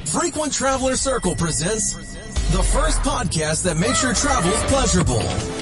Frequent Traveler Circle presents the first podcast that makes your travels pleasurable.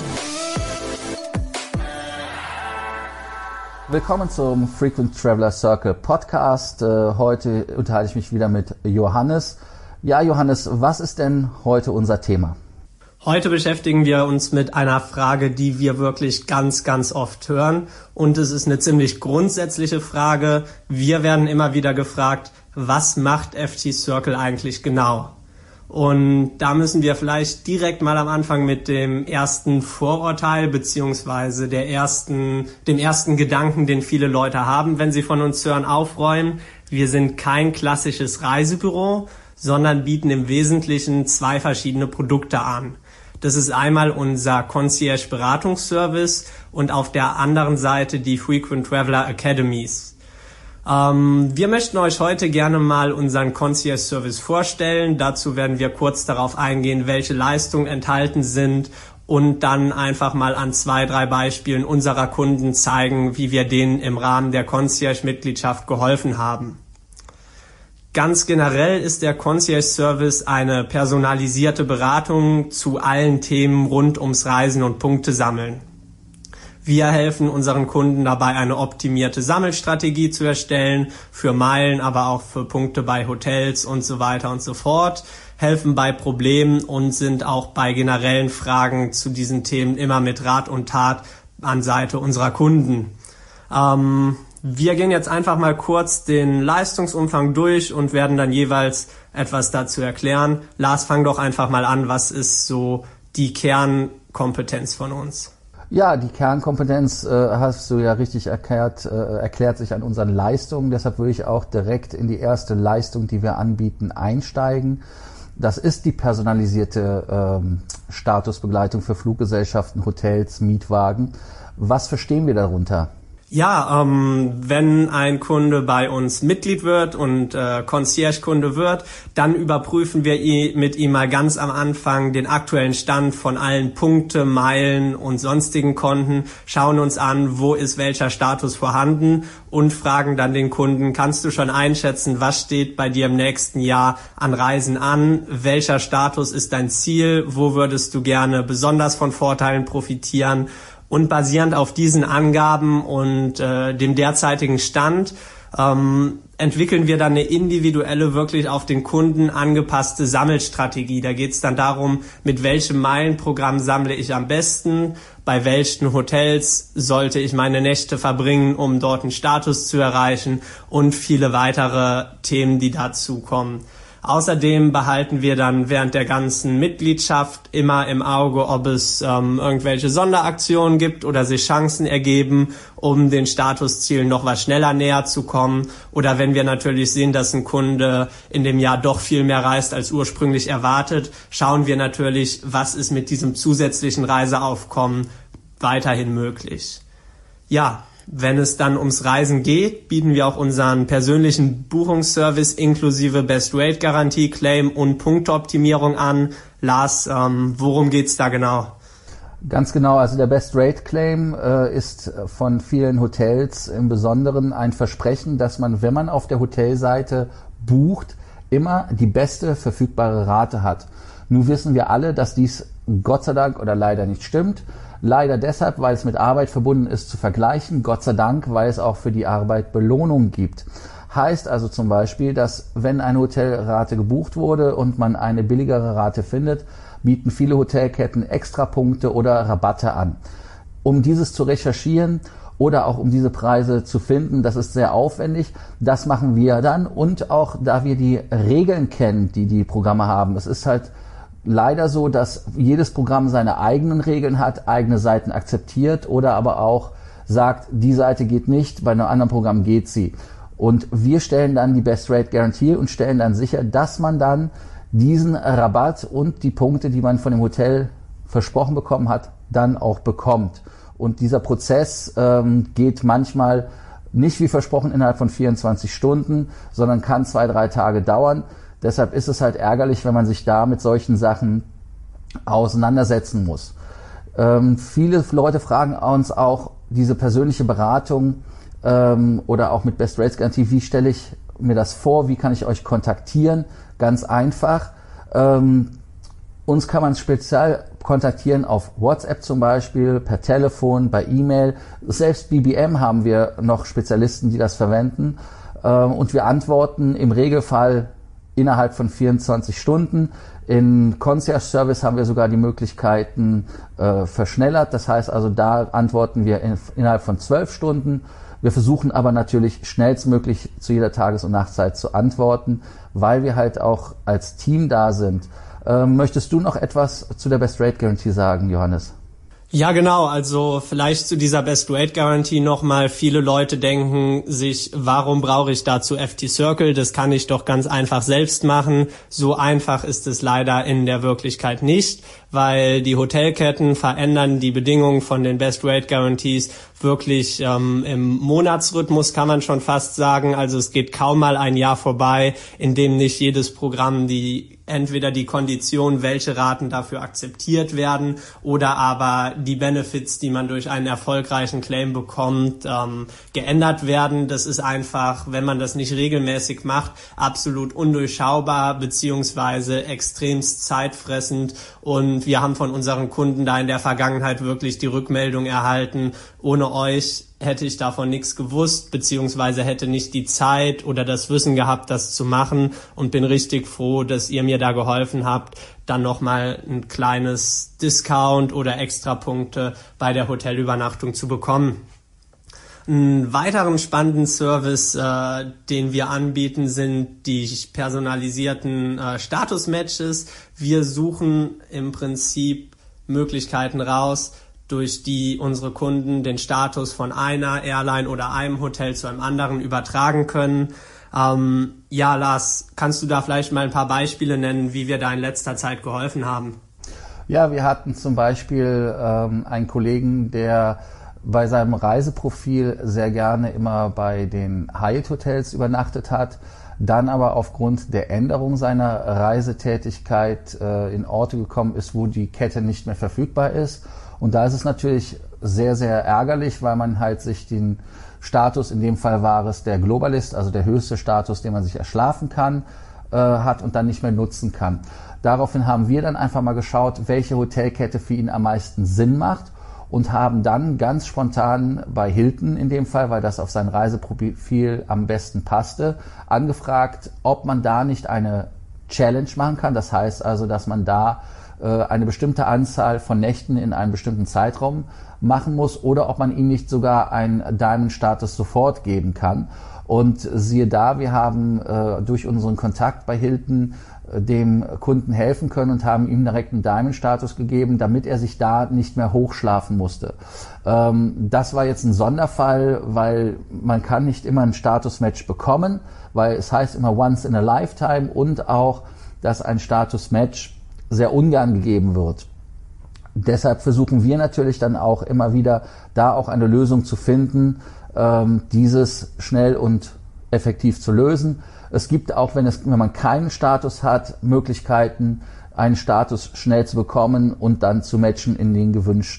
Willkommen zum Frequent Traveler Circle Podcast. Heute unterhalte ich mich wieder mit Johannes. Ja, Johannes, was ist denn heute unser Thema? Heute beschäftigen wir uns mit einer Frage, die wir wirklich ganz, ganz oft hören. Und es ist eine ziemlich grundsätzliche Frage. Wir werden immer wieder gefragt, was macht FT Circle eigentlich genau? Und da müssen wir vielleicht direkt mal am Anfang mit dem ersten Vorurteil beziehungsweise dem ersten Gedanken, den viele Leute haben, wenn sie von uns hören, aufräumen. Wir sind kein klassisches Reisebüro, sondern bieten im Wesentlichen zwei verschiedene Produkte an. Das ist einmal unser Concierge-Beratungsservice und auf der anderen Seite die Frequent Traveler Academies. Wir möchten euch heute gerne mal unseren Concierge-Service vorstellen. Dazu werden wir kurz darauf eingehen, welche Leistungen enthalten sind und dann einfach mal an 2-3 Beispielen unserer Kunden zeigen, wie wir denen im Rahmen der Concierge-Mitgliedschaft geholfen haben. Ganz generell ist der Concierge-Service eine personalisierte Beratung zu allen Themen rund ums Reisen und Punkte sammeln. Wir helfen unseren Kunden dabei, eine optimierte Sammelstrategie zu erstellen, für Meilen, aber auch für Punkte bei Hotels und so weiter und so fort, helfen bei Problemen und sind auch bei generellen Fragen zu diesen Themen immer mit Rat und Tat an Seite unserer Kunden. Wir gehen jetzt einfach mal kurz den Leistungsumfang durch und werden dann jeweils etwas dazu erklären. Lars, fang doch einfach mal an. Was ist so die Kernkompetenz von uns? Ja, die Kernkompetenz hast du ja richtig erklärt sich an unseren Leistungen. Deshalb würde ich auch direkt in die erste Leistung, die wir anbieten, einsteigen. Das ist die personalisierte Statusbegleitung für Fluggesellschaften, Hotels, Mietwagen. Was verstehen wir darunter? Ja, wenn ein Kunde bei uns Mitglied wird und Concierge-Kunde wird, dann überprüfen wir mit ihm mal ganz am Anfang den aktuellen Stand von allen Punkte, Meilen und sonstigen Konten, schauen uns an, wo ist welcher Status vorhanden und fragen dann den Kunden, kannst du schon einschätzen, was steht bei dir im nächsten Jahr an Reisen an, welcher Status ist dein Ziel, wo würdest du gerne besonders von Vorteilen profitieren? Und basierend auf diesen Angaben und dem derzeitigen Stand entwickeln wir dann eine individuelle, wirklich auf den Kunden angepasste Sammelstrategie. Da geht es dann darum, mit welchem Meilenprogramm sammle ich am besten, bei welchen Hotels sollte ich meine Nächte verbringen, um dort einen Status zu erreichen und viele weitere Themen, die dazu kommen. Außerdem behalten wir dann während der ganzen Mitgliedschaft immer im Auge, ob es irgendwelche Sonderaktionen gibt oder sich Chancen ergeben, um den Statuszielen noch was schneller näher zu kommen. Oder wenn wir natürlich sehen, dass ein Kunde in dem Jahr doch viel mehr reist als ursprünglich erwartet, schauen wir natürlich, was ist mit diesem zusätzlichen Reiseaufkommen weiterhin möglich. Ja. Wenn es dann ums Reisen geht, bieten wir auch unseren persönlichen Buchungsservice inklusive Best-Rate-Garantie, Claim und Punkteoptimierung an. Lars, worum geht's da genau? Ganz genau, also der Best-Rate-Claim ist von vielen Hotels im Besonderen ein Versprechen, dass man, wenn man auf der Hotelseite bucht, immer die beste verfügbare Rate hat. Nun wissen wir alle, dass dies Gott sei Dank oder leider nicht stimmt. Leider deshalb, weil es mit Arbeit verbunden ist, zu vergleichen. Gott sei Dank, weil es auch für die Arbeit Belohnung gibt. Heißt also zum Beispiel, dass wenn eine Hotelrate gebucht wurde und man eine billigere Rate findet, bieten viele Hotelketten Extrapunkte oder Rabatte an. Um dieses zu recherchieren oder auch um diese Preise zu finden, das ist sehr aufwendig. Das machen wir dann und auch da wir die Regeln kennen, die die Programme haben. Es ist halt leider so, dass jedes Programm seine eigenen Regeln hat, eigene Seiten akzeptiert oder aber auch sagt, die Seite geht nicht, bei einem anderen Programm geht sie. Und wir stellen dann die Best Rate Garantie und stellen dann sicher, dass man dann diesen Rabatt und die Punkte, die man von dem Hotel versprochen bekommen hat, dann auch bekommt. Und dieser Prozess geht manchmal nicht wie versprochen innerhalb von 24 Stunden, sondern kann 2-3 Tage dauern. Deshalb ist es halt ärgerlich, wenn man sich da mit solchen Sachen auseinandersetzen muss. Viele Leute fragen uns auch diese persönliche Beratung oder auch mit Best Rates Garantie, wie stelle ich mir das vor, wie kann ich euch kontaktieren? Ganz einfach. Uns kann man speziell kontaktieren auf WhatsApp zum Beispiel, per Telefon, bei E-Mail. Selbst BBM haben wir noch Spezialisten, die das verwenden. Und wir antworten im Regelfall innerhalb von 24 Stunden. In Concierge Service haben wir sogar die Möglichkeiten verschnellert. Das heißt also, da antworten wir innerhalb von 12 Stunden. Wir versuchen aber natürlich schnellstmöglich zu jeder Tages- und Nachtzeit zu antworten, weil wir halt auch als Team da sind. Möchtest du noch etwas zu der Best Rate Guarantee sagen, Johannes? Ja, genau. Also vielleicht zu dieser Best Rate Guarantee nochmal. Viele Leute denken sich, warum brauche ich dazu FT Circle? Das kann ich doch ganz einfach selbst machen. So einfach ist es leider in der Wirklichkeit nicht, weil die Hotelketten verändern die Bedingungen von den Best Rate Guarantees wirklich im Monatsrhythmus, kann man schon fast sagen. Also es geht kaum mal ein Jahr vorbei, in dem nicht jedes Programm entweder die Kondition, welche Raten dafür akzeptiert werden, oder aber die Benefits, die man durch einen erfolgreichen Claim bekommt, geändert werden. Das ist einfach, wenn man das nicht regelmäßig macht, absolut undurchschaubar beziehungsweise extremst zeitfressend. Und wir haben von unseren Kunden da in der Vergangenheit wirklich die Rückmeldung erhalten, ohne euch hätte ich davon nichts gewusst, beziehungsweise hätte nicht die Zeit oder das Wissen gehabt, das zu machen, und bin richtig froh, dass ihr mir da geholfen habt, dann nochmal ein kleines Discount oder Extrapunkte bei der Hotelübernachtung zu bekommen. Einen weiteren spannenden Service, den wir anbieten, sind die personalisierten Status-Matches. Wir suchen im Prinzip Möglichkeiten raus, durch die unsere Kunden den Status von einer Airline oder einem Hotel zu einem anderen übertragen können. Ja, Lars, kannst du da vielleicht mal ein paar Beispiele nennen, wie wir da in letzter Zeit geholfen haben? Ja, wir hatten zum Beispiel einen Kollegen, der bei seinem Reiseprofil sehr gerne immer bei den Hyatt-Hotels übernachtet hat, dann aber aufgrund der Änderung seiner Reisetätigkeit in Orte gekommen ist, wo die Kette nicht mehr verfügbar ist. Und da ist es natürlich sehr, sehr ärgerlich, weil man halt sich den Status, in dem Fall war es der Globalist, also der höchste Status, den man sich erschlafen kann, hat und dann nicht mehr nutzen kann. Daraufhin haben wir dann einfach mal geschaut, welche Hotelkette für ihn am meisten Sinn macht, und haben dann ganz spontan bei Hilton in dem Fall, weil das auf sein Reiseprofil am besten passte, angefragt, ob man da nicht eine Challenge machen kann. Das heißt also, dass man da eine bestimmte Anzahl von Nächten in einem bestimmten Zeitraum machen muss, oder ob man ihm nicht sogar einen Diamond-Status sofort geben kann. Und siehe da, wir haben durch unseren Kontakt bei Hilton dem Kunden helfen können und haben ihm direkt einen Diamond-Status gegeben, damit er sich da nicht mehr hochschlafen musste. Das war jetzt ein Sonderfall, weil man kann nicht immer ein Status-Match bekommen, weil es heißt immer once in a lifetime, und auch, dass ein Status-Match sehr ungern gegeben wird. Deshalb versuchen wir natürlich dann auch immer wieder, da auch eine Lösung zu finden, dieses schnell und effektiv zu lösen. Es gibt auch, wenn man keinen Status hat, Möglichkeiten, einen Status schnell zu bekommen und dann zu matchen in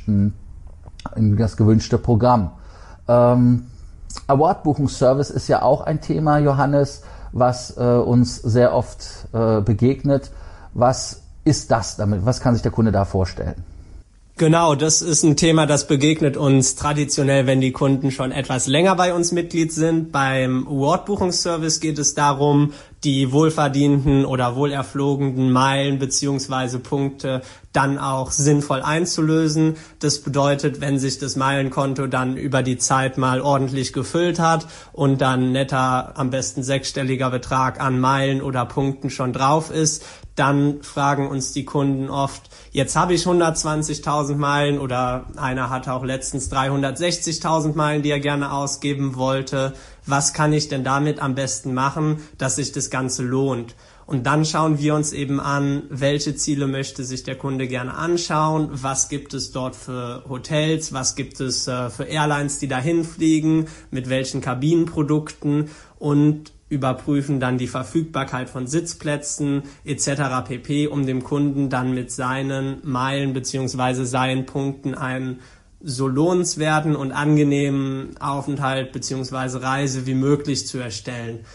das gewünschte Programm. Award-Buchungsservice ist ja auch ein Thema, Johannes, was uns sehr oft begegnet. Was ist das damit? Was kann sich der Kunde da vorstellen? Genau, das ist ein Thema, das begegnet uns traditionell, wenn die Kunden schon etwas länger bei uns Mitglied sind. Beim Award-Buchungsservice geht es darum, die wohlverdienten oder wohlerflogenen Meilen bzw. Punkte dann auch sinnvoll einzulösen. Das bedeutet, wenn sich das Meilenkonto dann über die Zeit mal ordentlich gefüllt hat und dann netter, am besten sechsstelliger Betrag an Meilen oder Punkten schon drauf ist, dann fragen uns die Kunden oft, jetzt habe ich 120.000 Meilen, oder einer hatte auch letztens 360.000 Meilen, die er gerne ausgeben wollte. Was kann ich denn damit am besten machen, dass sich das Ganze lohnt? Und dann schauen wir uns eben an, welche Ziele möchte sich der Kunde gerne anschauen, was gibt es dort für Hotels, was gibt es für Airlines, die dahin fliegen, mit welchen Kabinenprodukten, und überprüfen dann die Verfügbarkeit von Sitzplätzen etc. pp., um dem Kunden dann mit seinen Meilen bzw. seinen Punkten einen so lohnenswerten und angenehmen Aufenthalt bzw. Reise wie möglich zu erstellen.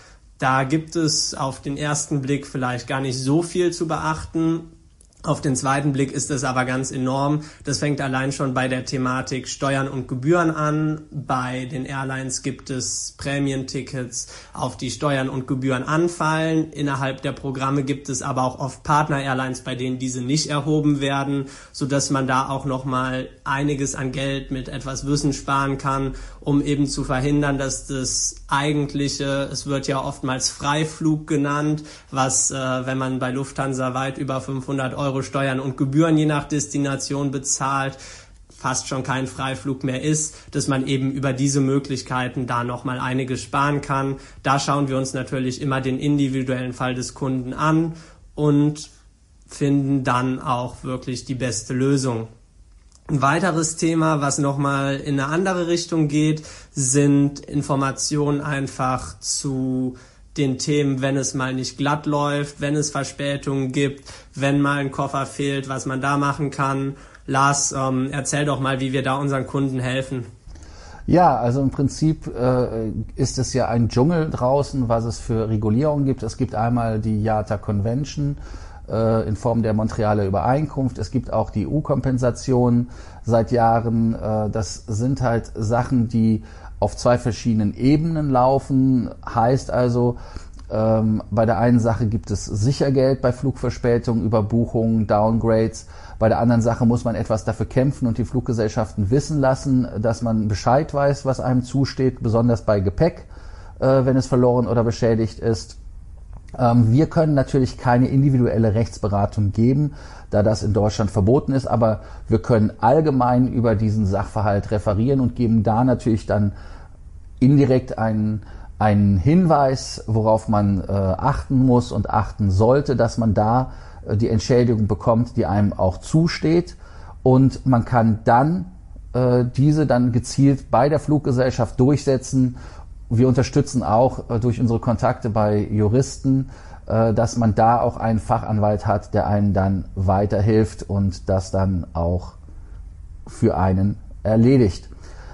Da gibt es auf den ersten Blick vielleicht gar nicht so viel zu beachten. Auf den zweiten Blick ist es aber ganz enorm. Das fängt allein schon bei der Thematik Steuern und Gebühren an. Bei den Airlines gibt es Prämientickets, auf die Steuern und Gebühren anfallen. Innerhalb der Programme gibt es aber auch oft Partner-Airlines, bei denen diese nicht erhoben werden, sodass man da auch nochmal einiges an Geld mit etwas Wissen sparen kann, um eben zu verhindern, dass das eigentliche, es wird ja oftmals Freiflug genannt, was, wenn man bei Lufthansa weit über 500 € Steuern und Gebühren je nach Destination bezahlt, fast schon kein Freiflug mehr ist, dass man eben über diese Möglichkeiten da nochmal einiges sparen kann. Da schauen wir uns natürlich immer den individuellen Fall des Kunden an und finden dann auch wirklich die beste Lösung. Ein weiteres Thema, was nochmal in eine andere Richtung geht, sind Informationen einfach zu den Themen, wenn es mal nicht glatt läuft, wenn es Verspätungen gibt, wenn mal ein Koffer fehlt, was man da machen kann. Lars, erzähl doch mal, wie wir da unseren Kunden helfen. Ja, also im Prinzip ist es ja ein Dschungel draußen, was es für Regulierungen gibt. Es gibt einmal die IATA Convention in Form der Montrealer Übereinkunft. Es gibt auch die EU-Kompensation seit Jahren. Das sind halt Sachen, die auf zwei verschiedenen Ebenen laufen. Heißt also, bei der einen Sache gibt es Sichergeld bei Flugverspätungen, Überbuchungen, Downgrades. Bei der anderen Sache muss man etwas dafür kämpfen und die Fluggesellschaften wissen lassen, dass man Bescheid weiß, was einem zusteht, besonders bei Gepäck, wenn es verloren oder beschädigt ist. Wir können natürlich keine individuelle Rechtsberatung geben, da das in Deutschland verboten ist, aber wir können allgemein über diesen Sachverhalt referieren und geben da natürlich dann indirekt einen Hinweis, worauf man achten muss und achten sollte, dass man da die Entschädigung bekommt, die einem auch zusteht, und man kann dann diese dann gezielt bei der Fluggesellschaft durchsetzen. Wir unterstützen auch durch unsere Kontakte bei Juristen, dass man da auch einen Fachanwalt hat, der einen dann weiterhilft und das dann auch für einen erledigt.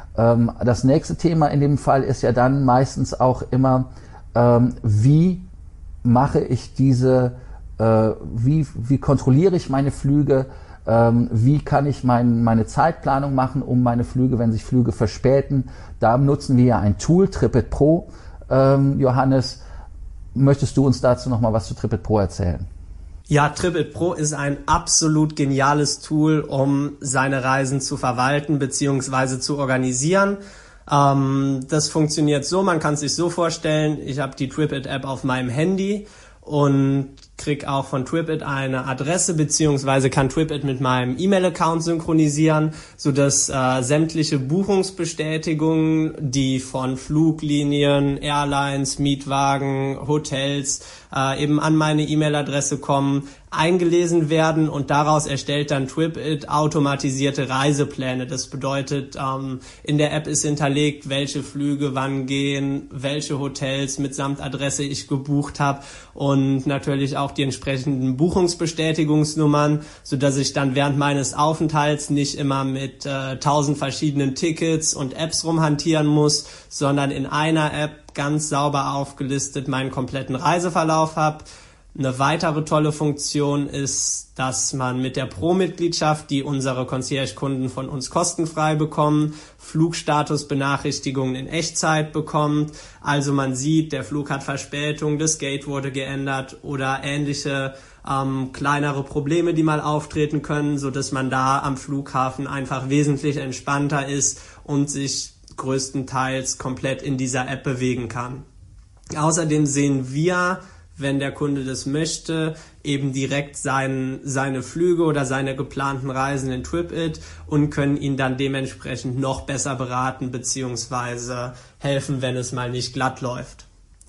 Das nächste Thema in dem Fall ist ja dann meistens auch immer, wie mache ich wie kontrolliere ich meine Flüge, wie kann ich meine Zeitplanung machen, um meine Flüge, wenn sich Flüge verspäten. Da nutzen wir ja ein Tool, TripIt Pro. Johannes, möchtest du uns dazu nochmal was zu TripIt Pro erzählen? Ja, TripIt Pro ist ein absolut geniales Tool, um seine Reisen zu verwalten bzw. zu organisieren. Das funktioniert so, man kann es sich so vorstellen, ich habe die TripIt-App auf meinem Handy und krieg auch von TripIt eine Adresse beziehungsweise kann TripIt mit meinem E-Mail-Account synchronisieren, sodass sämtliche Buchungsbestätigungen, die von Fluglinien, Airlines, Mietwagen, Hotels eben an meine E-Mail-Adresse kommen, eingelesen werden und daraus erstellt dann TripIt automatisierte Reisepläne. Das bedeutet, in der App ist hinterlegt, welche Flüge wann gehen, welche Hotels mitsamt Adresse ich gebucht habe und natürlich auch die entsprechenden Buchungsbestätigungsnummern, sodass ich dann während meines Aufenthalts nicht immer mit 1000 verschiedenen Tickets und Apps rumhantieren muss, sondern in einer App ganz sauber aufgelistet meinen kompletten Reiseverlauf habe. Eine weitere tolle Funktion ist, dass man mit der Pro-Mitgliedschaft, die unsere Concierge-Kunden von uns kostenfrei bekommen, Flugstatusbenachrichtigungen in Echtzeit bekommt. Also man sieht, der Flug hat Verspätung, das Gate wurde geändert oder ähnliche kleinere Probleme, die mal auftreten können, sodass man da am Flughafen einfach wesentlich entspannter ist und sich größtenteils komplett in dieser App bewegen kann. Außerdem sehen wir, wenn der Kunde das möchte, eben direkt seine Flüge oder seine geplanten Reisen in TripIt und können ihn dann dementsprechend noch besser beraten bzw. helfen, wenn es mal nicht glatt läuft.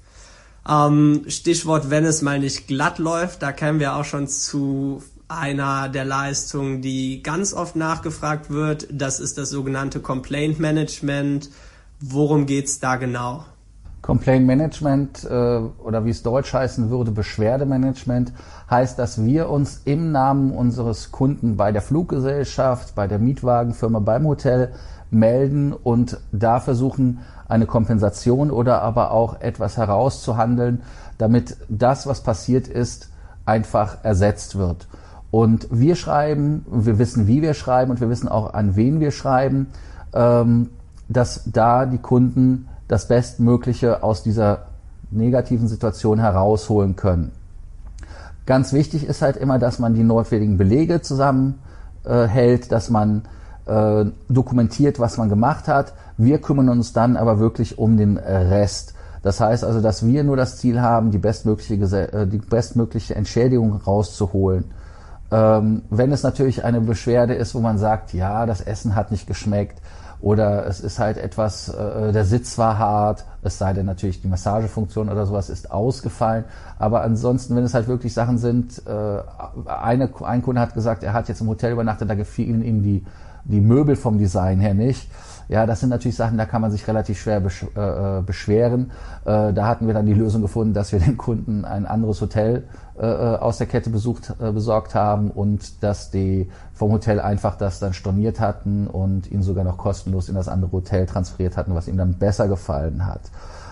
Stichwort, wenn es mal nicht glatt läuft, da kämen wir auch schon zu einer der Leistungen, die ganz oft nachgefragt wird. Das ist das sogenannte Complaint Management. Worum geht's da genau? Complaint Management oder wie es deutsch heißen würde, Beschwerdemanagement, heißt, dass wir uns im Namen unseres Kunden bei der Fluggesellschaft, bei der Mietwagenfirma, beim Hotel melden und da versuchen, eine Kompensation oder aber auch etwas herauszuhandeln, damit das, was passiert ist, einfach ersetzt wird. Und wir schreiben, wir wissen, wie wir schreiben und wir wissen auch, an wen wir schreiben, dass da die Kunden das Bestmögliche aus dieser negativen Situation herausholen können. Ganz wichtig ist halt immer, dass man die notwendigen Belege zusammenhält, dass man dokumentiert, was man gemacht hat. Wir kümmern uns dann aber wirklich um den Rest. Das heißt also, dass wir nur das Ziel haben, die bestmögliche Entschädigung rauszuholen. Wenn es natürlich eine Beschwerde ist, wo man sagt, ja, das Essen hat nicht geschmeckt oder es ist halt etwas, der Sitz war hart, es sei denn natürlich die Massagefunktion oder sowas ist ausgefallen. Aber ansonsten, wenn es halt wirklich Sachen sind, ein Kunde hat gesagt, er hat jetzt im Hotel übernachtet, da gefielen ihm die Möbel vom Design her nicht. Ja, das sind natürlich Sachen, da kann man sich relativ schwer beschweren. Da hatten wir dann die Lösung gefunden, dass wir den Kunden ein anderes Hotel aus der Kette besorgt haben und dass die vom Hotel einfach das dann storniert hatten und ihn sogar noch kostenlos in das andere Hotel transferiert hatten, was ihm dann besser gefallen hat.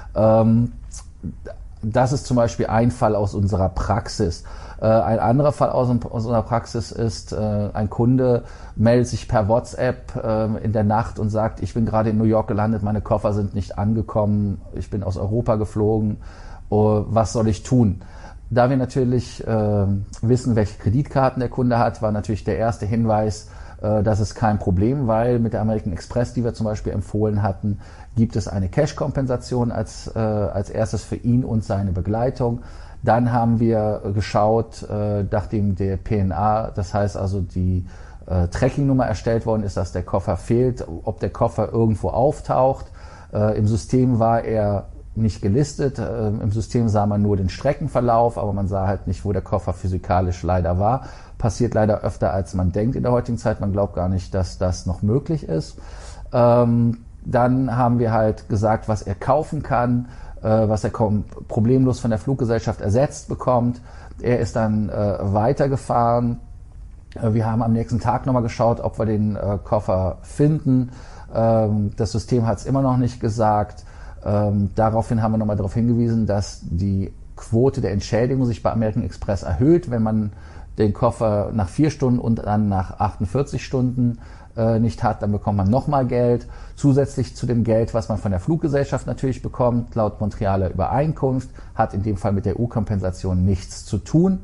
Das ist zum Beispiel ein Fall aus unserer Praxis. Ein anderer Fall aus unserer Praxis ist, ein Kunde meldet sich per WhatsApp in der Nacht und sagt, ich bin gerade in New York gelandet, meine Koffer sind nicht angekommen, ich bin aus Europa geflogen, was soll ich tun? Da wir natürlich wissen, welche Kreditkarten der Kunde hat, war natürlich der erste Hinweis, das ist kein Problem, weil mit der American Express, die wir zum Beispiel empfohlen hatten, gibt es eine Cash-Kompensation als erstes für ihn und seine Begleitung. Dann haben wir geschaut, nachdem der PNA, das heißt also die Tracking-Nummer erstellt worden ist, dass der Koffer fehlt, ob der Koffer irgendwo auftaucht. Im System war er nicht gelistet, im System sah man nur den Streckenverlauf, aber man sah halt nicht, wo der Koffer physikalisch leider war. Passiert leider öfter, als man denkt in der heutigen Zeit. Man glaubt gar nicht, dass das noch möglich ist. Dann haben wir halt gesagt, was er kaufen kann, was er problemlos von der Fluggesellschaft ersetzt bekommt. Er ist dann weitergefahren. Wir haben am nächsten Tag nochmal geschaut, ob wir den Koffer finden. Das System hat es immer noch nicht gesagt. Daraufhin haben wir nochmal darauf hingewiesen, dass die Quote der Entschädigung sich bei American Express erhöht, wenn man den Koffer nach 4 Stunden und dann nach 48 Stunden nicht hat, dann bekommt man nochmal Geld. Zusätzlich zu dem Geld, was man von der Fluggesellschaft natürlich bekommt, laut Montrealer Übereinkunft, hat in dem Fall mit der EU-Kompensation nichts zu tun.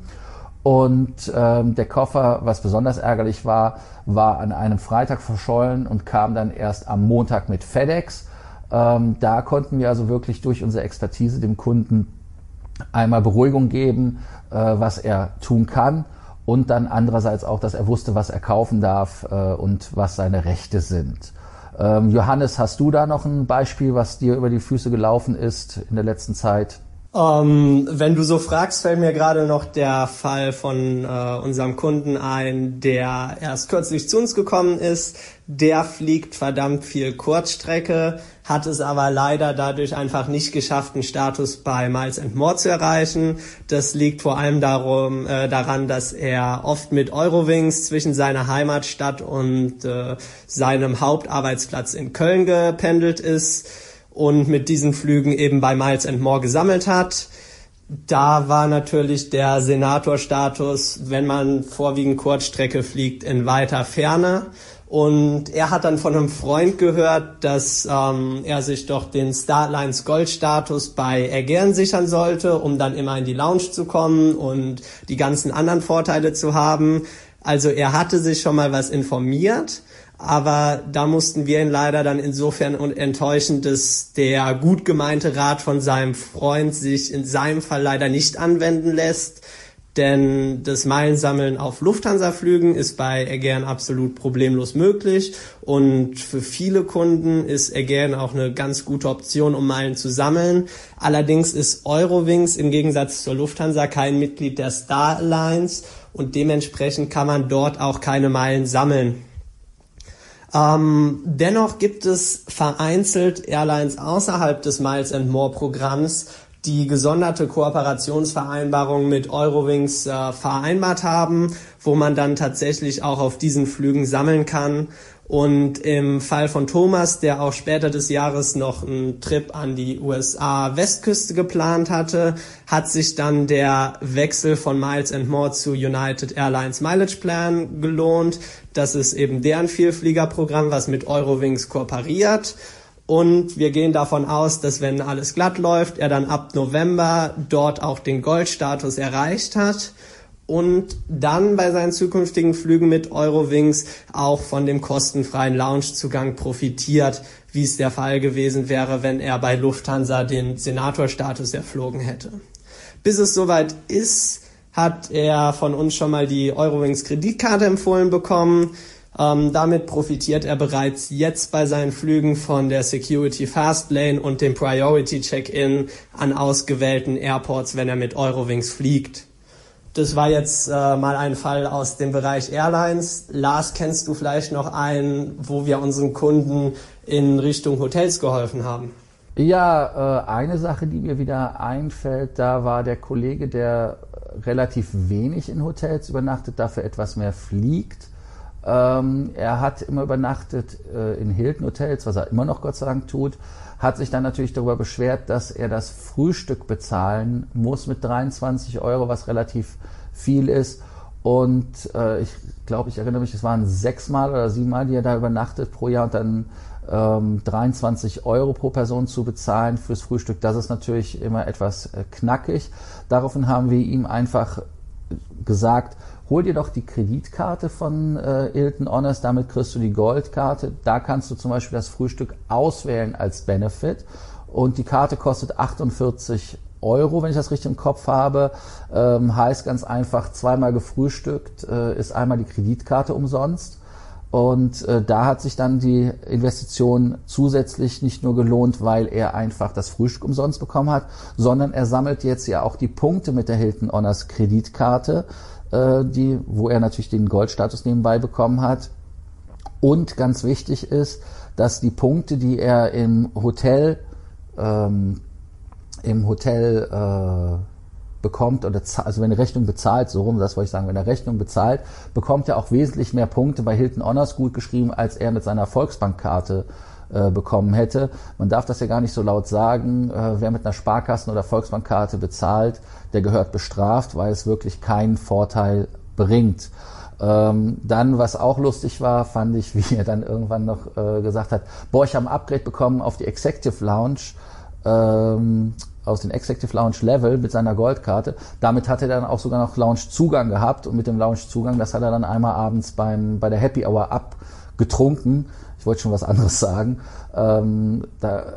Und der Koffer, was besonders ärgerlich war an einem Freitag verschollen und kam dann erst am Montag mit FedEx. Da konnten wir also wirklich durch unsere Expertise dem Kunden einmal Beruhigung geben, was er tun kann. Und dann andererseits auch, dass er wusste, was er kaufen darf und was seine Rechte sind. Johannes, hast du da noch ein Beispiel, was dir über die Füße gelaufen ist in der letzten Zeit? Wenn du so fragst, fällt mir gerade noch der Fall von unserem Kunden ein, der erst kürzlich zu uns gekommen ist. Der fliegt verdammt viel Kurzstrecke, hat es aber leider dadurch einfach nicht geschafft, einen Status bei Miles & More zu erreichen. Das liegt vor allem daran, dass er oft mit Eurowings zwischen seiner Heimatstadt und seinem Hauptarbeitsplatz in Köln gependelt ist und mit diesen Flügen eben bei Miles & More gesammelt hat. Da war natürlich der Senatorstatus, wenn man vorwiegend Kurzstrecke fliegt, in weiter Ferne. Und er hat dann von einem Freund gehört, dass er sich doch den Starlines Gold-Status bei Aegean sichern sollte, um dann immer in die Lounge zu kommen und die ganzen anderen Vorteile zu haben. Also er hatte sich schon mal was informiert, aber da mussten wir ihn leider dann insofern enttäuschen, dass der gut gemeinte Rat von seinem Freund sich in seinem Fall leider nicht anwenden lässt. Denn das Meilensammeln auf Lufthansa-Flügen ist bei Aegean absolut problemlos möglich und für viele Kunden ist Aegean auch eine ganz gute Option, um Meilen zu sammeln. Allerdings ist Eurowings im Gegensatz zur Lufthansa kein Mitglied der Star Alliance und dementsprechend kann man dort auch keine Meilen sammeln. Dennoch gibt es vereinzelt Airlines außerhalb des Miles & More Programms, die gesonderte Kooperationsvereinbarungen mit Eurowings vereinbart haben, wo man dann tatsächlich auch auf diesen Flügen sammeln kann. Und im Fall von Thomas, der auch später des Jahres noch einen Trip an die USA-Westküste geplant hatte, hat sich dann der Wechsel von Miles & More zu United Airlines Mileage Plan gelohnt. Das ist eben deren Vielfliegerprogramm, was mit Eurowings kooperiert. Und wir gehen davon aus, dass wenn alles glatt läuft, er dann ab November dort auch den Goldstatus erreicht hat und dann bei seinen zukünftigen Flügen mit Eurowings auch von dem kostenfreien Loungezugang profitiert, wie es der Fall gewesen wäre, wenn er bei Lufthansa den Senatorstatus erflogen hätte. Bis es soweit ist, hat er von uns schon mal die Eurowings Kreditkarte empfohlen bekommen. Damit profitiert er bereits jetzt bei seinen Flügen von der Security Fastlane und dem Priority Check-in an ausgewählten Airports, wenn er mit Eurowings fliegt. Das war jetzt mal ein Fall aus dem Bereich Airlines. Lars, kennst du vielleicht noch einen, wo wir unseren Kunden in Richtung Hotels geholfen haben? Ja, eine Sache, die mir wieder einfällt, da war der Kollege, der relativ wenig in Hotels übernachtet, dafür etwas mehr fliegt. Er hat immer übernachtet in Hilton Hotels, was er immer noch Gott sei Dank tut, hat sich dann natürlich darüber beschwert, dass er das Frühstück bezahlen muss mit 23 €, was relativ viel ist. Und ich glaube, ich erinnere mich, es waren 6 Mal oder 7 Mal, die er da übernachtet pro Jahr und dann 23 € pro Person zu bezahlen fürs Frühstück. Das ist natürlich immer etwas knackig. Daraufhin haben wir ihm einfach gesagt, hol dir doch die Kreditkarte von Hilton Honors, damit kriegst du die Goldkarte. Da kannst du zum Beispiel das Frühstück auswählen als Benefit und die Karte kostet 48 €, wenn ich das richtig im Kopf habe. Heißt ganz einfach, zweimal gefrühstückt ist einmal die Kreditkarte umsonst. Und da hat sich dann die Investition zusätzlich nicht nur gelohnt, weil er einfach das Frühstück umsonst bekommen hat, sondern er sammelt jetzt ja auch die Punkte mit der Hilton Honors Kreditkarte, wo er natürlich den Goldstatus nebenbei bekommen hat. Und ganz wichtig ist, dass die Punkte, die er im Hotel bekommt, oder also wenn er Rechnung bezahlt, so rum, das wollte ich sagen, wenn er Rechnung bezahlt, bekommt er auch wesentlich mehr Punkte bei Hilton Honors gut geschrieben, als er mit seiner Volksbankkarte bekommen hätte. Man darf das ja gar nicht so laut sagen. Wer mit einer Sparkassen- oder Volksbankkarte bezahlt, der gehört bestraft, weil es wirklich keinen Vorteil bringt. Dann, was auch lustig war, fand ich, wie er dann irgendwann noch gesagt hat, ich habe ein Upgrade bekommen auf die Executive Lounge, aus dem Executive Lounge Level mit seiner Goldkarte. Damit hat er dann auch sogar noch Lounge-Zugang gehabt und mit dem Lounge-Zugang, das hat er dann einmal abends bei der Happy Hour abgetrunken. Ich wollte schon was anderes sagen. Und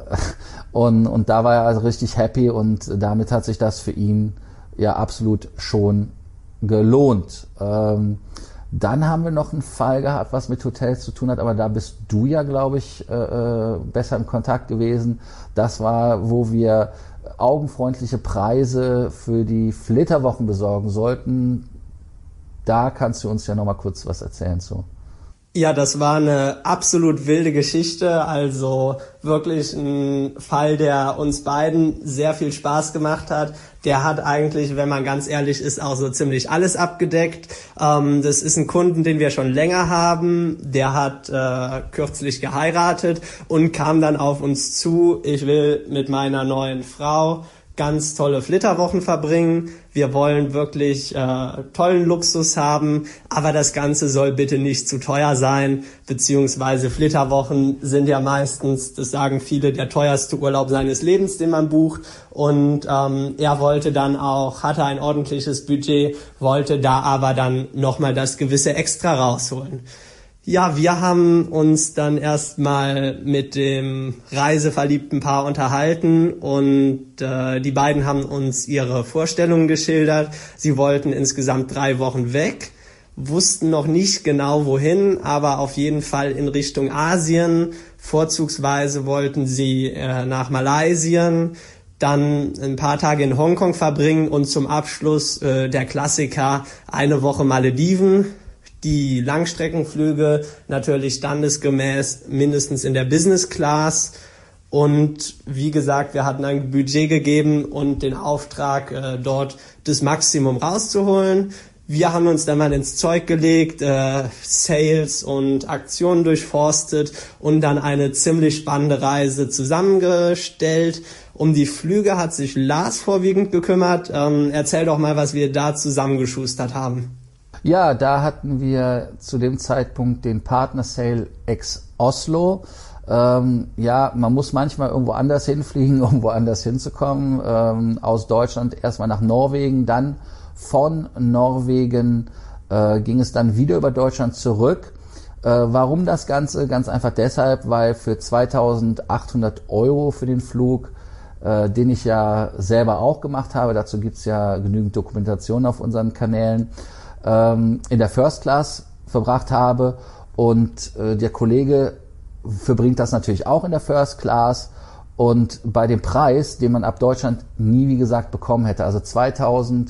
da war er also richtig happy und damit hat sich das für ihn ja absolut schon gelohnt. Dann haben wir noch einen Fall gehabt, was mit Hotels zu tun hat, aber da bist du ja, glaube ich, besser im Kontakt gewesen. Das war, wo wir augenfreundliche Preise für die Flitterwochen besorgen sollten. Da kannst du uns ja noch mal kurz was erzählen zu. Ja, das war eine absolut wilde Geschichte, also wirklich ein Fall, der uns beiden sehr viel Spaß gemacht hat. Der hat eigentlich, wenn man ganz ehrlich ist, auch so ziemlich alles abgedeckt. Das ist ein Kunden, den wir schon länger haben. Der hat kürzlich geheiratet und kam dann auf uns zu, ich will mit meiner neuen Frau ganz tolle Flitterwochen verbringen. Wir wollen wirklich tollen Luxus haben, aber das Ganze soll bitte nicht zu teuer sein, beziehungsweise Flitterwochen sind ja meistens, das sagen viele, der teuerste Urlaub seines Lebens, den man bucht. Und er wollte dann auch, hatte ein ordentliches Budget, wollte da aber dann nochmal das gewisse Extra rausholen. Ja, wir haben uns dann erstmal mit dem reiseverliebten Paar unterhalten und die beiden haben uns ihre Vorstellungen geschildert. Sie wollten insgesamt 3 Wochen weg, wussten noch nicht genau wohin, aber auf jeden Fall in Richtung Asien. Vorzugsweise wollten sie nach Malaysia, dann ein paar Tage in Hongkong verbringen und zum Abschluss der Klassiker 1 Woche Malediven. Die Langstreckenflüge natürlich standesgemäß mindestens in der Business Class. Und wie gesagt, wir hatten ein Budget gegeben und den Auftrag, dort das Maximum rauszuholen. Wir haben uns dann mal ins Zeug gelegt, Sales und Aktionen durchforstet und dann eine ziemlich spannende Reise zusammengestellt. Um die Flüge hat sich Lars vorwiegend gekümmert. Erzähl doch mal, was wir da zusammengeschustert haben. Ja, da hatten wir zu dem Zeitpunkt den Partner Sale ex Oslo. Ja, man muss manchmal irgendwo anders hinfliegen, um woanders hinzukommen. Aus Deutschland erstmal nach Norwegen, dann von Norwegen ging es dann wieder über Deutschland zurück. Warum das Ganze? Ganz einfach deshalb, weil für 2.800 € für den Flug, den ich ja selber auch gemacht habe, dazu gibt's ja genügend Dokumentation auf unseren Kanälen, in der First Class verbracht habe und der Kollege verbringt das natürlich auch in der First Class und bei dem Preis, den man ab Deutschland nie, wie gesagt, bekommen hätte, also 2.800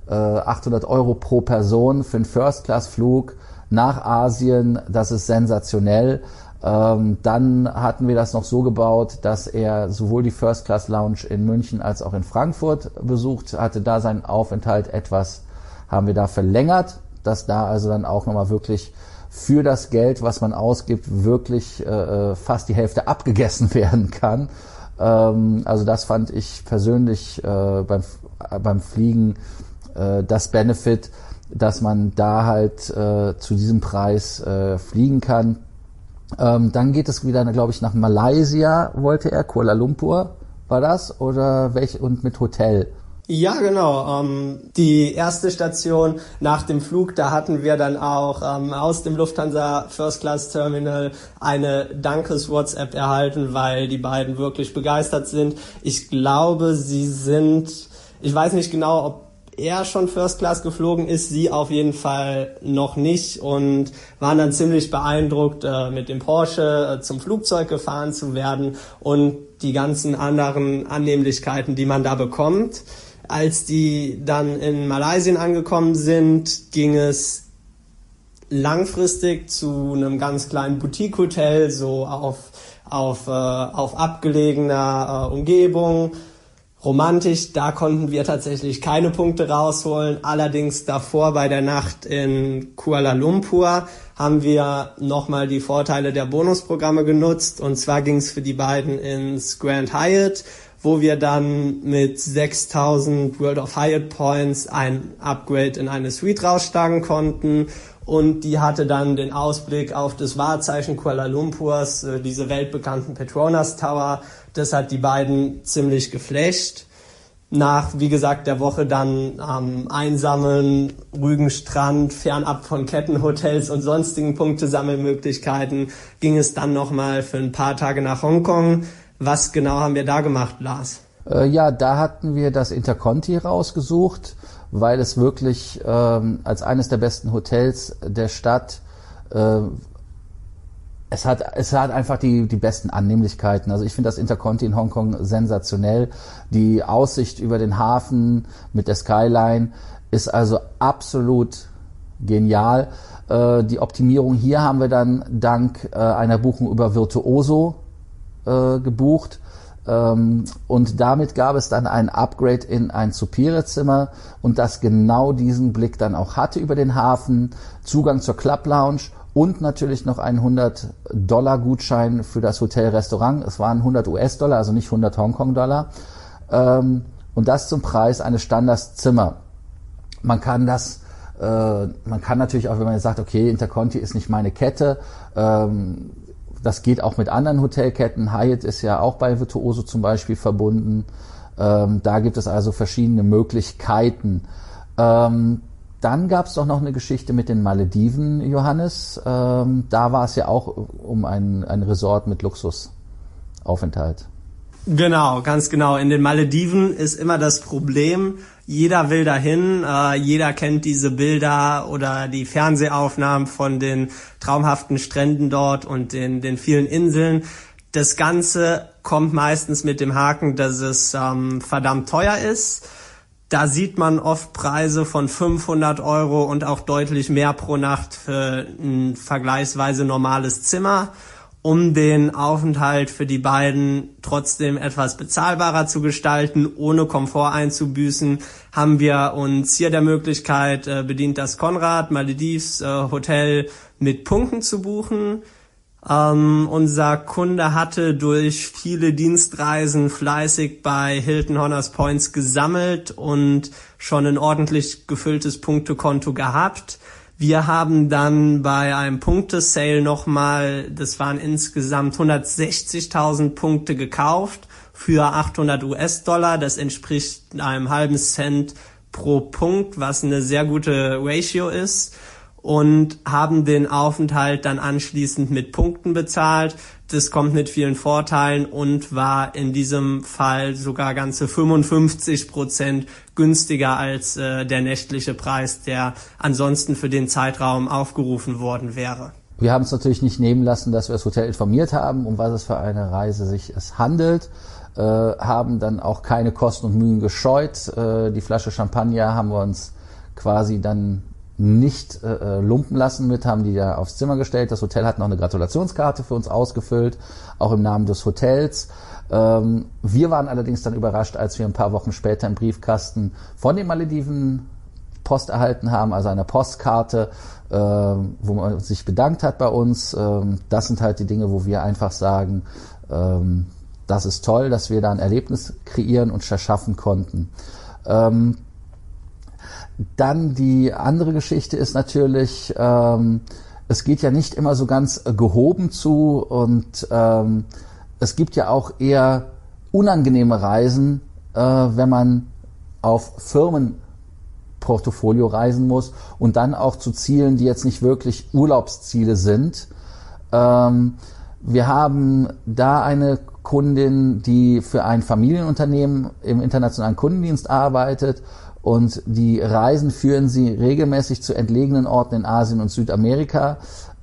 € pro Person für einen First-Class-Flug nach Asien, das ist sensationell. Dann hatten wir das noch so gebaut, dass er sowohl die First-Class-Lounge in München als auch in Frankfurt besucht hatte, da seinen Aufenthalt haben wir da verlängert, dass da also dann auch nochmal wirklich für das Geld, was man ausgibt, wirklich fast die Hälfte abgegessen werden kann. Also das fand ich persönlich beim Fliegen das Benefit, dass man da halt zu diesem Preis fliegen kann. Dann geht es wieder, glaube ich, nach Malaysia, wollte er, Kuala Lumpur war das, oder und mit Hotel? Ja, genau. Die erste Station nach dem Flug, da hatten wir dann auch aus dem Lufthansa First Class Terminal eine Dankes-WhatsApp erhalten, weil die beiden wirklich begeistert sind. Ich glaube, ich weiß nicht genau, ob er schon First Class geflogen ist, sie auf jeden Fall noch nicht und waren dann ziemlich beeindruckt, mit dem Porsche zum Flugzeug gefahren zu werden und die ganzen anderen Annehmlichkeiten, die man da bekommt. Als die dann in Malaysia angekommen sind, ging es langfristig zu einem ganz kleinen Boutique-Hotel, so auf abgelegener Umgebung. Romantisch, da konnten wir tatsächlich keine Punkte rausholen. Allerdings davor bei der Nacht in Kuala Lumpur haben wir nochmal die Vorteile der Bonusprogramme genutzt. Und zwar ging es für die beiden ins Grand Hyatt, wo wir dann mit 6.000 World of Hyatt Points ein Upgrade in eine Suite rausschlagen konnten. Und die hatte dann den Ausblick auf das Wahrzeichen Kuala Lumpurs, diese weltbekannten Petronas Tower. Das hat die beiden ziemlich geflasht. Nach, wie gesagt, der Woche dann am einsamen Rügenstrand, fernab von Kettenhotels und sonstigen Punktesammelmöglichkeiten, ging es dann nochmal für ein paar Tage nach Hongkong. Was genau haben wir da gemacht, Lars? Ja, da hatten wir das Interconti rausgesucht, weil es wirklich als eines der besten Hotels der Stadt, es hat einfach die besten Annehmlichkeiten. Also ich finde das Interconti in Hongkong sensationell. Die Aussicht über den Hafen mit der Skyline ist also absolut genial. Die Optimierung hier haben wir dann dank einer Buchung über Virtuoso gebucht. Und damit gab es dann ein Upgrade in ein Superior-Zimmer und das genau diesen Blick dann auch hatte über den Hafen, Zugang zur Club Lounge und natürlich noch einen $100 für das Hotel-Restaurant. Es waren 100 US-Dollar, also nicht 100 Hongkong-Dollar. Und das zum Preis eines Standardzimmer. Man kann natürlich auch, wenn man jetzt sagt, okay, Interconti ist nicht meine Kette, das geht auch mit anderen Hotelketten. Hyatt ist ja auch bei Virtuoso zum Beispiel verbunden. Da gibt es also verschiedene Möglichkeiten. Dann gab es doch noch eine Geschichte mit den Malediven, Johannes. Da war es ja auch um ein Resort mit Luxusaufenthalt. Genau, ganz genau. In den Malediven ist immer das Problem, jeder will dahin, jeder kennt diese Bilder oder die Fernsehaufnahmen von den traumhaften Stränden dort und den vielen Inseln. Das Ganze kommt meistens mit dem Haken, dass es verdammt teuer ist. Da sieht man oft Preise von 500 € und auch deutlich mehr pro Nacht für ein vergleichsweise normales Zimmer. Um den Aufenthalt für die beiden trotzdem etwas bezahlbarer zu gestalten, ohne Komfort einzubüßen, haben wir uns hier der Möglichkeit bedient, das Conrad Maledives Hotel mit Punkten zu buchen. Unser Kunde hatte durch viele Dienstreisen fleißig bei Hilton Honors Points gesammelt und schon ein ordentlich gefülltes Punktekonto gehabt. Wir haben dann bei einem Punktesale nochmal, das waren insgesamt 160.000 Punkte gekauft für $800. Das entspricht einem halben Cent pro Punkt, was eine sehr gute Ratio ist. Und haben den Aufenthalt dann anschließend mit Punkten bezahlt. Das kommt mit vielen Vorteilen und war in diesem Fall sogar ganze 55% günstiger als der nächtliche Preis, der ansonsten für den Zeitraum aufgerufen worden wäre. Wir haben es natürlich nicht nehmen lassen, dass wir das Hotel informiert haben, um was es für eine Reise sich es handelt, haben dann auch keine Kosten und Mühen gescheut. Die Flasche Champagner haben wir uns quasi dann nicht lumpen lassen mit, haben die da aufs Zimmer gestellt. Das Hotel hat noch eine Gratulationskarte für uns ausgefüllt, auch im Namen des Hotels. Wir waren allerdings dann überrascht, als wir ein paar Wochen später im Briefkasten von den Malediven Post erhalten haben, also eine Postkarte, wo man sich bedankt hat bei uns. Das sind halt die Dinge, wo wir einfach sagen, das ist toll, dass wir da ein Erlebnis kreieren und erschaffen konnten. Dann die andere Geschichte ist natürlich, es geht ja nicht immer so ganz gehoben zu und es gibt ja auch eher unangenehme Reisen, wenn man auf Firmenportfolio reisen muss und dann auch zu Zielen, die jetzt nicht wirklich Urlaubsziele sind. Wir haben da eine Kundin, die für ein Familienunternehmen im internationalen Kundendienst arbeitet. Und die Reisen führen sie regelmäßig zu entlegenen Orten in Asien und Südamerika.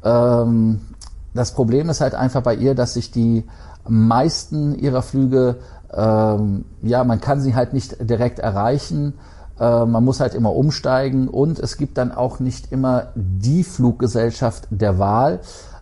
Das Problem ist halt einfach bei ihr, dass sich die meisten ihrer Flüge, man kann sie halt nicht direkt erreichen. Man muss halt immer umsteigen und es gibt dann auch nicht immer die Fluggesellschaft der Wahl.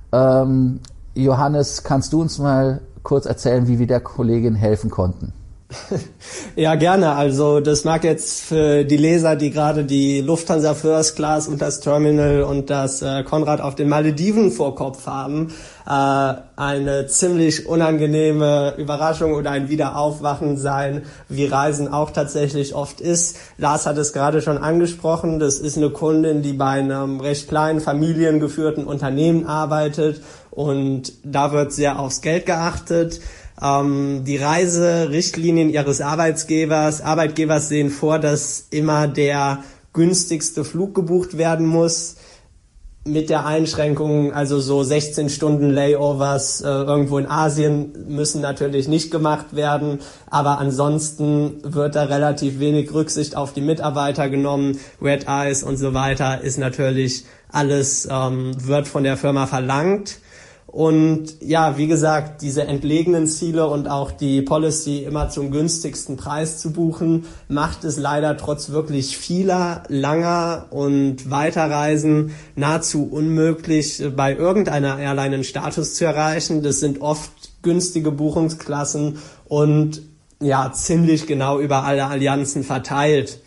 Johannes, kannst du uns mal kurz erzählen, wie wir der Kollegin helfen konnten? Ja, gerne. Also das mag jetzt für die Leser, die gerade die Lufthansa First Class und das Terminal und das Conrad auf den Malediven vor Kopf haben, eine ziemlich unangenehme Überraschung oder ein Wiederaufwachen sein, wie Reisen auch tatsächlich oft ist. Lars hat es gerade schon angesprochen, das ist eine Kundin, die bei einem recht kleinen, familiengeführten Unternehmen arbeitet und da wird sehr aufs Geld geachtet. Die Reiserichtlinien ihres Arbeitgebers sehen vor, dass immer der günstigste Flug gebucht werden muss, mit der Einschränkung, also so 16 Stunden Layovers irgendwo in Asien müssen natürlich nicht gemacht werden, aber ansonsten wird da relativ wenig Rücksicht auf die Mitarbeiter genommen. Red Eyes und so weiter ist natürlich alles, wird von der Firma verlangt. Und ja, wie gesagt, diese entlegenen Ziele und auch die Policy, immer zum günstigsten Preis zu buchen, macht es leider trotz wirklich vieler, langer und Weiterreisen nahezu unmöglich, bei irgendeiner Airline einen Status zu erreichen. Das sind oft günstige Buchungsklassen und ja, ziemlich genau über alle Allianzen verteilt.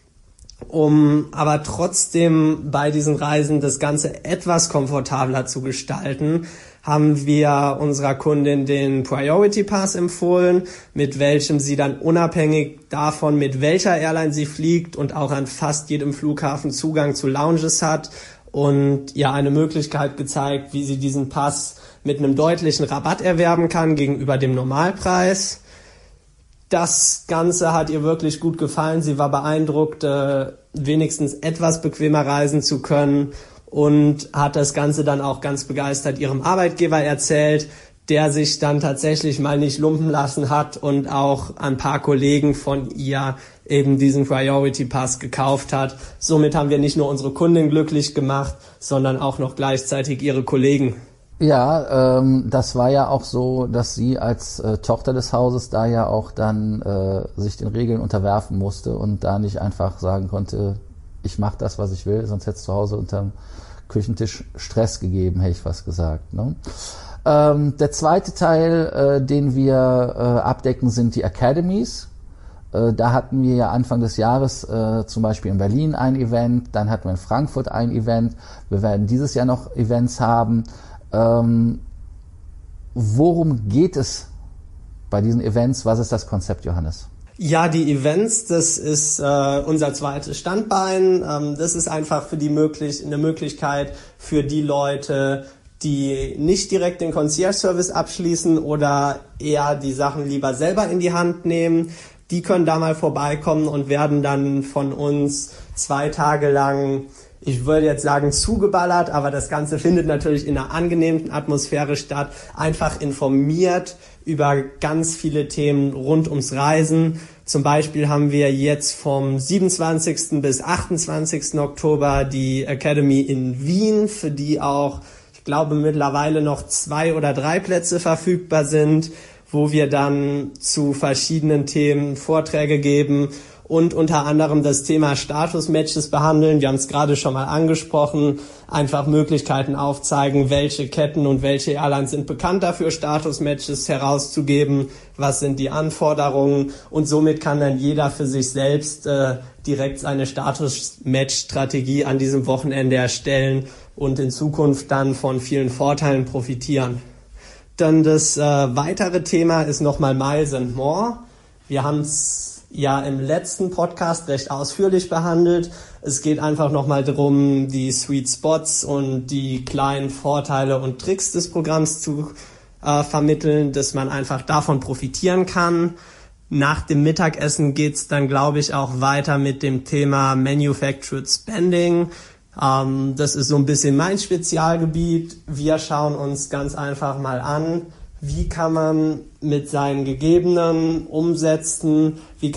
Um aber trotzdem bei diesen Reisen das Ganze etwas komfortabler zu gestalten, haben wir unserer Kundin den Priority Pass empfohlen, mit welchem sie dann unabhängig davon, mit welcher Airline sie fliegt und auch an fast jedem Flughafen Zugang zu Lounges hat und ja eine Möglichkeit gezeigt, wie sie diesen Pass mit einem deutlichen Rabatt erwerben kann gegenüber dem Normalpreis. Das Ganze hat ihr wirklich gut gefallen. Sie war beeindruckt, wenigstens etwas bequemer reisen zu können und hat das Ganze dann auch ganz begeistert ihrem Arbeitgeber erzählt, der sich dann tatsächlich mal nicht lumpen lassen hat und auch ein paar Kollegen von ihr eben diesen Priority Pass gekauft hat. Somit haben wir nicht nur unsere Kundin glücklich gemacht, sondern auch noch gleichzeitig ihre Kollegen. Ja, das war ja auch so, dass sie als Tochter des Hauses da ja auch dann sich den Regeln unterwerfen musste und da nicht einfach sagen konnte, ich mache das, was ich will, sonst hätte es zu Hause unterm Küchentisch Stress gegeben, hätte ich fast gesagt. Ne? Der zweite Teil, den wir abdecken, sind die Academies. Da hatten wir ja Anfang des Jahres zum Beispiel in Berlin ein Event, dann hatten wir in Frankfurt ein Event. Wir werden dieses Jahr noch Events haben. Worum geht es bei diesen Events? Was ist das Konzept, Johannes? Ja, die Events, das ist unser zweites Standbein. Das ist einfach eine Möglichkeit für die Leute, die nicht direkt den Concierge-Service abschließen oder eher die Sachen lieber selber in die Hand nehmen. Die können da mal vorbeikommen und werden dann von uns 2 Tage lang, ich würde jetzt sagen, zugeballert, aber das Ganze findet natürlich in einer angenehmen Atmosphäre statt, einfach informiert über ganz viele Themen rund ums Reisen. Zum Beispiel haben wir jetzt vom 27. bis 28. Oktober die Academy in Wien, für die auch, ich glaube, mittlerweile noch 2 oder 3 Plätze verfügbar sind, wo wir dann zu verschiedenen Themen Vorträge geben und unter anderem das Thema Status-Matches behandeln. Wir haben es gerade schon mal angesprochen, einfach Möglichkeiten aufzeigen, welche Ketten und welche Airlines sind bekannt dafür, Status-Matches herauszugeben, was sind die Anforderungen und somit kann dann jeder für sich selbst direkt seine Status-Match-Strategie an diesem Wochenende erstellen und in Zukunft dann von vielen Vorteilen profitieren. Dann das weitere Thema ist nochmal Miles and More. Wir haben es ja im letzten Podcast recht ausführlich behandelt. Es geht einfach nochmal darum, die Sweet Spots und die kleinen Vorteile und Tricks des Programms zu vermitteln, dass man einfach davon profitieren kann. Nach dem Mittagessen geht's dann, glaube ich, auch weiter mit dem Thema Manufactured Spending. Das ist so ein bisschen mein Spezialgebiit. Wir schauen uns ganz einfach mal an, wie kann man mit seinen gegebenen Umsätzen,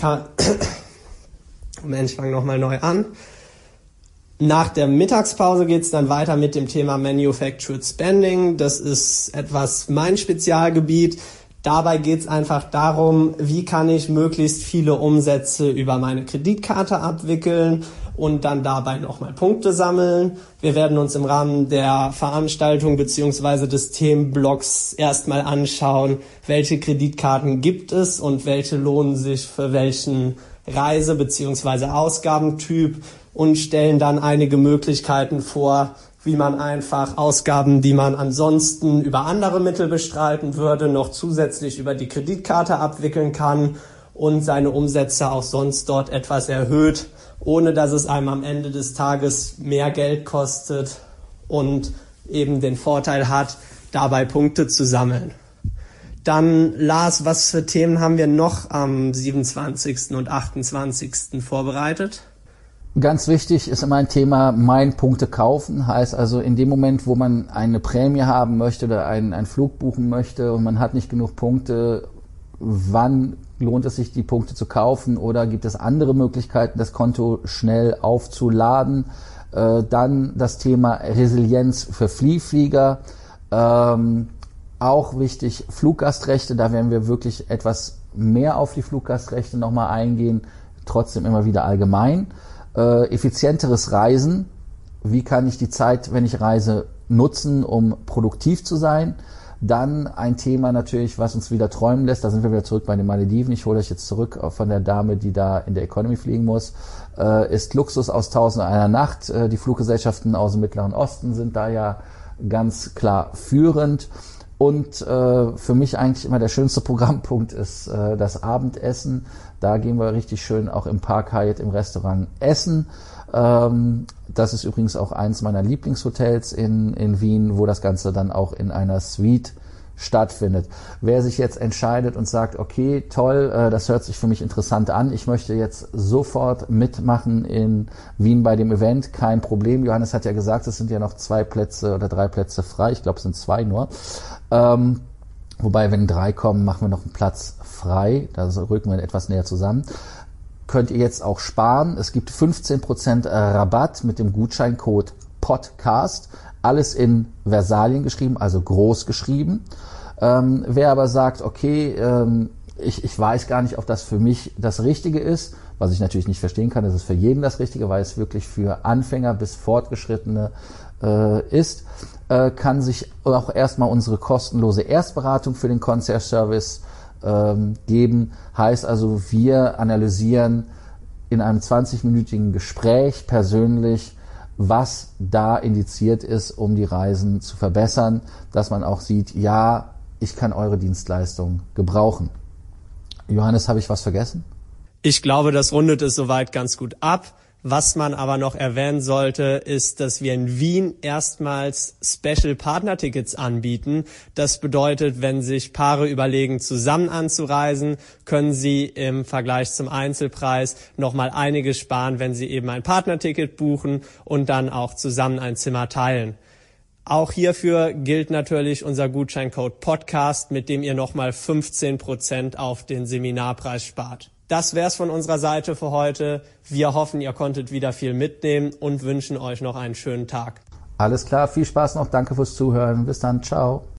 Moment, ich fange nochmal neu an. Nach der Mittagspause geht's dann weiter mit dem Thema Manufactured Spending. Das ist etwas mein Spezialgebiet. Dabei geht's einfach darum, wie kann ich möglichst viele Umsätze über meine Kreditkarte abwickeln und dann dabei nochmal Punkte sammeln. Wir werden uns im Rahmen der Veranstaltung bzw. des Themenblocks erstmal anschauen, welche Kreditkarten gibt es und welche lohnen sich für welchen Reise- bzw. Ausgabentyp und stellen dann einige Möglichkeiten vor, wie man einfach Ausgaben, die man ansonsten über andere Mittel bestreiten würde, noch zusätzlich über die Kreditkarte abwickeln kann und seine Umsätze auch sonst dort etwas erhöht, ohne dass es einem am Ende des Tages mehr Geld kostet und eben den Vorteil hat, dabei Punkte zu sammeln. Dann, Lars, was für Themen haben wir noch am 27. und 28. vorbereitet? Ganz wichtig ist immer ein Thema Meilenpunkte kaufen, heißt also in dem Moment, wo man eine Prämie haben möchte oder einen Flug buchen möchte und man hat nicht genug Punkte, wann lohnt es sich, die Punkte zu kaufen oder gibt es andere Möglichkeiten, das Konto schnell aufzuladen? Dann das Thema Resilienz für Flieger, auch wichtig Fluggastrechte, da werden wir wirklich etwas mehr auf die Fluggastrechte nochmal eingehen, trotzdem immer wieder allgemein. Effizienteres Reisen, wie kann ich die Zeit, wenn ich reise, nutzen, um produktiv zu sein. Dann ein Thema natürlich, was uns wieder träumen lässt, da sind wir wieder zurück bei den Malediven, ich hole euch jetzt zurück von der Dame, die da in der Economy fliegen muss, ist Luxus aus 1001 Nacht. Die Fluggesellschaften aus dem Mittleren Osten sind da ja ganz klar führend. Und für mich eigentlich immer der schönste Programmpunkt ist das Abendessen. Da gehen wir richtig schön auch im Park Hyatt im Restaurant essen. Das ist übrigens auch eins meiner Lieblingshotels in Wien, wo das Ganze dann auch in einer Suite stattfindet. Wer sich jetzt entscheidet und sagt, okay, toll, das hört sich für mich interessant an, ich möchte jetzt sofort mitmachen in Wien bei dem Event, kein Problem. Johannes hat ja gesagt, es sind ja noch 2 Plätze oder 3 Plätze frei, ich glaube es sind 2 nur. Wobei, wenn 3 kommen, machen wir noch einen Platz frei, da rücken wir etwas näher zusammen. Könnt ihr jetzt auch sparen. Es gibt 15% Rabatt mit dem Gutscheincode PODCAST. alles in Versalien geschrieben, also groß geschrieben. Wer aber sagt, okay, ich weiß gar nicht, ob das für mich das Richtige ist, was ich natürlich nicht verstehen kann, das ist für jeden das Richtige, weil es wirklich für Anfänger bis Fortgeschrittene ist, kann sich auch erstmal unsere kostenlose Erstberatung für den Concierge Service geben. Heißt also, wir analysieren in einem 20-minütigen Gespräch persönlich, was da indiziert ist, um die Reisen zu verbessern, dass man auch sieht, ja, ich kann eure Dienstleistung gebrauchen. Johannes, habe ich was vergessen? Ich glaube, das rundet es soweit ganz gut ab. Was man aber noch erwähnen sollte, ist, dass wir in Wien erstmals Special Partnertickets anbieten. Das bedeutet, wenn sich Paare überlegen, zusammen anzureisen, können sie im Vergleich zum Einzelpreis nochmal einiges sparen, wenn sie eben ein Partnerticket buchen und dann auch zusammen ein Zimmer teilen. Auch hierfür gilt natürlich unser Gutscheincode Podcast, mit dem ihr nochmal 15% auf den Seminarpreis spart. Das wär's von unserer Seite für heute. Wir hoffen, ihr konntet wieder viel mitnehmen und wünschen euch noch einen schönen Tag. Alles klar, viel Spaß noch, danke fürs Zuhören. Bis dann, ciao.